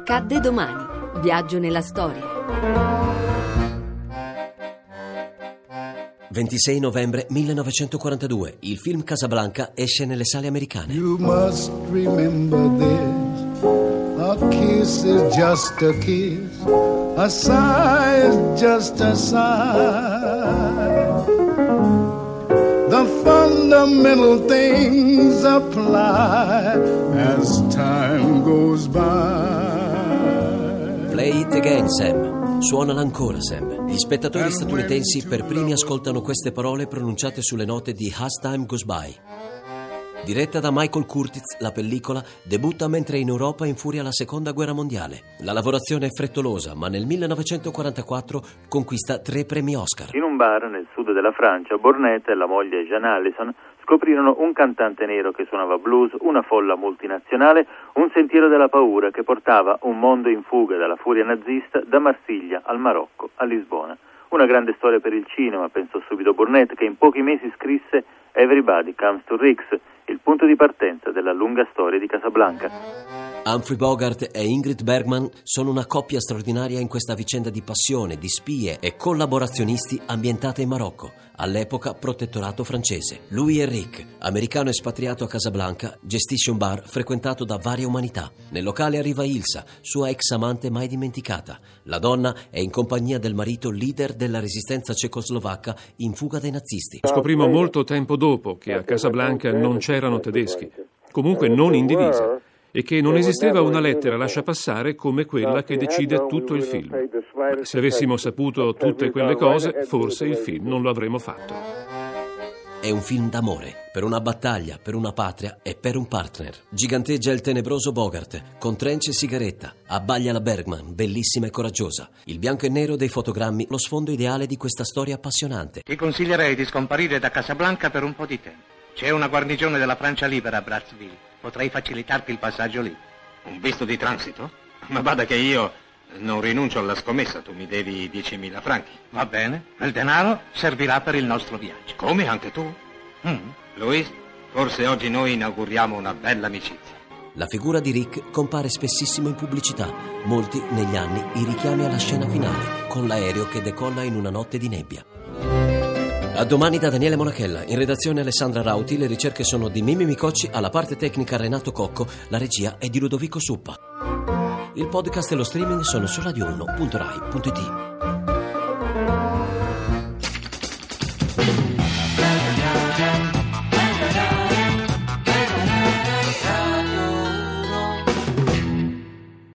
Accadde domani. Viaggio nella storia. 26 novembre 1942. Il film Casablanca esce nelle sale americane. You must remember this. A kiss is just a kiss. A sigh is just a sigh. The fundamental things apply as time goes by. Play it again, Sam. Suonala ancora, Sam. Gli spettatori statunitensi per primi ascoltano queste parole pronunciate sulle note di As Time Goes By. Diretta da Michael Curtiz, la pellicola debutta mentre in Europa infuria la Seconda Guerra Mondiale. La lavorazione è frettolosa, ma nel 1944 conquista 3 premi Oscar. In un bar nel sud della Francia, Burnett e la moglie Jean Allison scoprirono un cantante nero che suonava blues, una folla multinazionale, un sentiero della paura che portava un mondo in fuga dalla furia nazista da Marsiglia al Marocco a Lisbona. Una grande storia per il cinema, pensò subito Burnett, che in pochi mesi scrisse Everybody Comes to Rix, il punto di partenza della lunga storia di Casablanca. Humphrey Bogart e Ingrid Bergman sono una coppia straordinaria in questa vicenda di passione, di spie e collaborazionisti ambientata in Marocco, all'epoca protettorato francese. Lui è Rick, americano espatriato a Casablanca, gestisce un bar frequentato da varie umanità. Nel locale arriva Ilsa, sua ex amante mai dimenticata. La donna è in compagnia del marito leader della resistenza cecoslovacca in fuga dai nazisti. Scoprimmo molto tempo dopo che a Casablanca non c'erano tedeschi, comunque non in divisa, e che non esisteva una lettera lasciapassare come quella che decide tutto il film. Se avessimo saputo tutte quelle cose, forse il film non lo avremmo fatto. È un film d'amore, per una battaglia, per una patria e per un partner. Giganteggia il tenebroso Bogart, con trench e sigaretta. Abbaglia la Bergman, bellissima e coraggiosa. Il bianco e nero dei fotogrammi, lo sfondo ideale di questa storia appassionante. Ti consiglierei di scomparire da Casablanca per un po' di tempo. C'è una guarnigione della Francia libera a Brazzaville. Potrei facilitarti il passaggio lì. Un visto di transito? Ma bada che io non rinuncio alla scommessa, tu mi devi 10.000 franchi. Va bene, il denaro servirà per il nostro viaggio. Come, anche tu? Luis, forse oggi noi inauguriamo una bella amicizia. La figura di Rick compare spessissimo in pubblicità. Molti negli anni i richiami alla scena finale, con l'aereo che decolla in una notte di nebbia. A domani da Daniele Monachella, in redazione Alessandra Rauti, le ricerche sono di Mimmi Micocci, alla parte tecnica Renato Cocco, la regia è di Ludovico Suppa. Il podcast e lo streaming sono su radio1.rai.it.